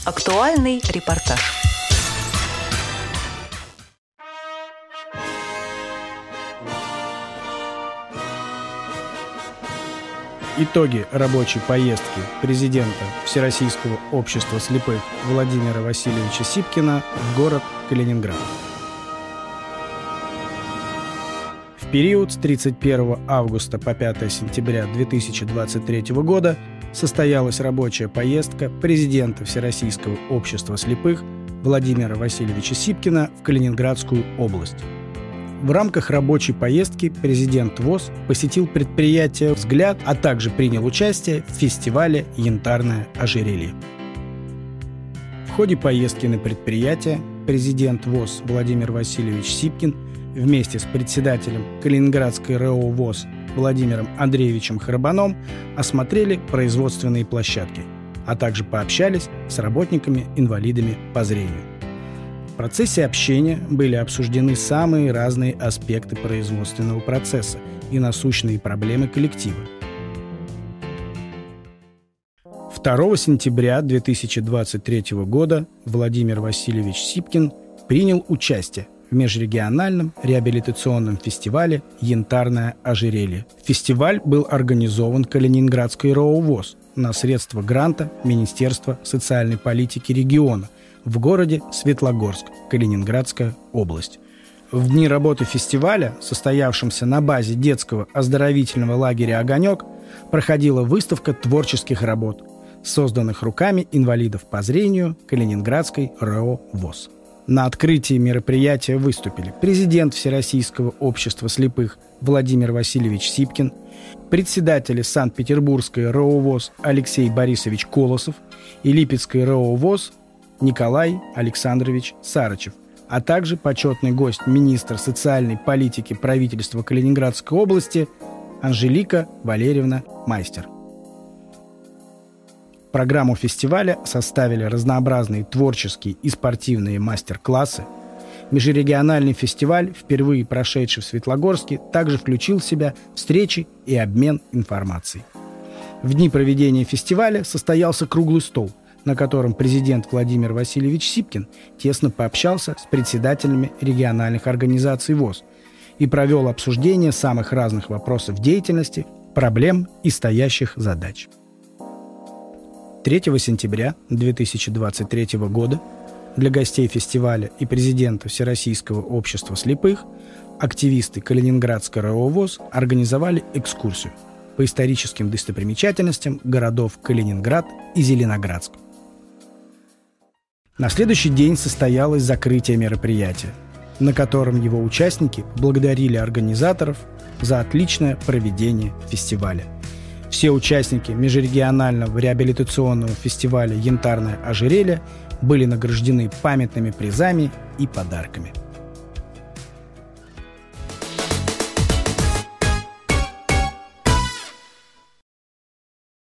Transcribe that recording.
Актуальный репортаж. Итоги рабочей поездки президента Всероссийского общества слепых Владимира Васильевича Сипкина в город Калининград. В период с 31 августа по 5 сентября 2023 года состоялась рабочая поездка президента Всероссийского общества слепых Владимира Васильевича Сипкина в Калининградскую область. В рамках рабочей поездки президент ВОС посетил предприятие «Взгляд», а также принял участие в фестивале «Янтарное ожерелье». В ходе поездки на предприятие президент ВОС Владимир Васильевич Сипкин вместе с председателем Калининградской РО ВОС Владимиром Андреевичем Харабаном осмотрели производственные площадки, а также пообщались с работниками-инвалидами по зрению. В процессе общения были обсуждены самые разные аспекты производственного процесса и насущные проблемы коллектива. 2 сентября 2023 года Владимир Васильевич Сипкин принял участие в межрегиональном реабилитационном фестивале «Янтарное ожерелье». Фестиваль был организован Калининградской РО ВОС на средства гранта Министерства социальной политики региона в городе Светлогорск, Калининградская область. В дни работы фестиваля, состоявшемся на базе детского оздоровительного лагеря «Огонек», проходила выставка творческих работ, созданных руками инвалидов по зрению Калининградской РО ВОС. На открытии мероприятия выступили президент Всероссийского общества слепых Владимир Васильевич Сипкин, председатели Санкт-Петербургской РО ВОС Алексей Борисович Колосов и Липецкой РО ВОС Николай Александрович Сарычев, а также почетный гость министр социальной политики правительства Калининградской области Анжелика Валерьевна Майстер. Программу фестиваля составили разнообразные творческие и спортивные мастер-классы. Межрегиональный фестиваль, впервые прошедший в Светлогорске, также включил в себя встречи и обмен информацией. В дни проведения фестиваля состоялся круглый стол, на котором президент Владимир Васильевич Сипкин тесно пообщался с председателями региональных организаций ВОС и провел обсуждение самых разных вопросов деятельности, проблем и стоящих задач. 3 сентября 2023 года для гостей фестиваля и президента Всероссийского общества слепых активисты Калининградской РО ВОС организовали экскурсию по историческим достопримечательностям городов Калининград и Зеленоградск. На следующий день состоялось закрытие мероприятия, на котором его участники благодарили организаторов за отличное проведение фестиваля. Все участники межрегионального реабилитационного фестиваля «Янтарное ожерелье» были награждены памятными призами и подарками.